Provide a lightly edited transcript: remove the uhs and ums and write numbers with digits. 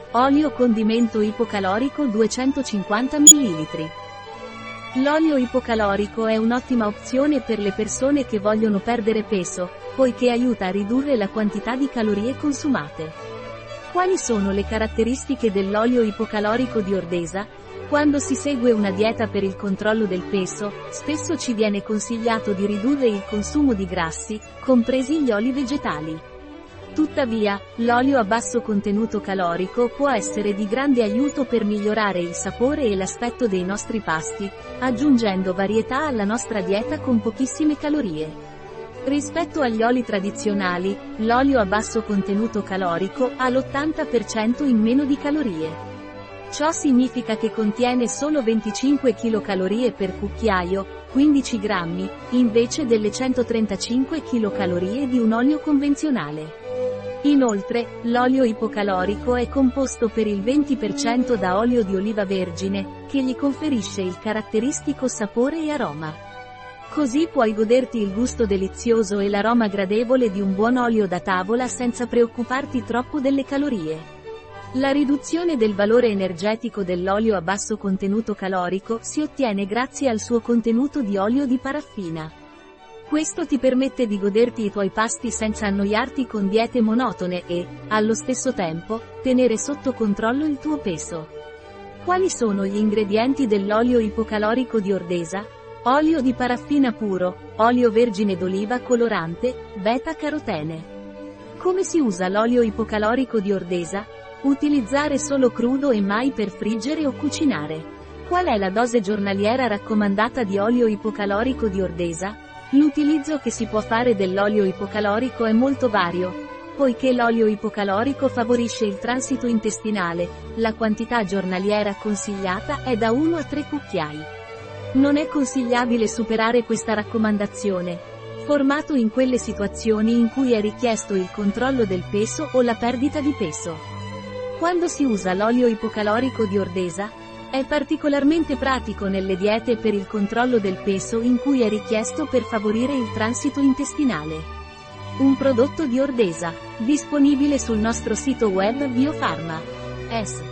Olio condimento ipocalorico 250 ml. L'olio ipocalorico è un'ottima opzione per le persone che vogliono perdere peso, poiché aiuta a ridurre la quantità di calorie consumate. Quali sono le caratteristiche dell'olio ipocalorico di Ordesa? Quando si segue una dieta per il controllo del peso, spesso ci viene consigliato di ridurre il consumo di grassi, compresi gli oli vegetali. Tuttavia, l'olio a basso contenuto calorico può essere di grande aiuto per migliorare il sapore e l'aspetto dei nostri pasti, aggiungendo varietà alla nostra dieta con pochissime calorie. Rispetto agli oli tradizionali, l'olio a basso contenuto calorico ha l'80% in meno di calorie. Ciò significa che contiene solo 25 kcal per cucchiaio, 15 grammi, invece delle 135 kcal di un olio convenzionale. Inoltre, l'olio ipocalorico è composto per il 20% da olio di oliva vergine, che gli conferisce il caratteristico sapore e aroma. Così puoi goderti il gusto delizioso e l'aroma gradevole di un buon olio da tavola senza preoccuparti troppo delle calorie. La riduzione del valore energetico dell'olio a basso contenuto calorico si ottiene grazie al suo contenuto di olio di paraffina. Questo ti permette di goderti i tuoi pasti senza annoiarti con diete monotone e, allo stesso tempo, tenere sotto controllo il tuo peso. Quali sono gli ingredienti dell'olio ipocalorico di Ordesa? Olio di paraffina puro, olio vergine d'oliva colorante, beta-carotene. Come si usa l'olio ipocalorico di Ordesa? Utilizzare solo crudo e mai per friggere o cucinare. Qual è la dose giornaliera raccomandata di olio ipocalorico di Ordesa? L'utilizzo che si può fare dell'olio ipocalorico è molto vario, poiché l'olio ipocalorico favorisce il transito intestinale, la quantità giornaliera consigliata è da 1 a 3 cucchiai. Non è consigliabile superare questa raccomandazione, formato in quelle situazioni in cui è richiesto il controllo del peso o la perdita di peso. Quando si usa l'olio ipocalorico di Ordesa? È particolarmente pratico nelle diete per il controllo del peso in cui è richiesto per favorire il transito intestinale. Un prodotto di Ordesa, disponibile sul nostro sito web Biofarma.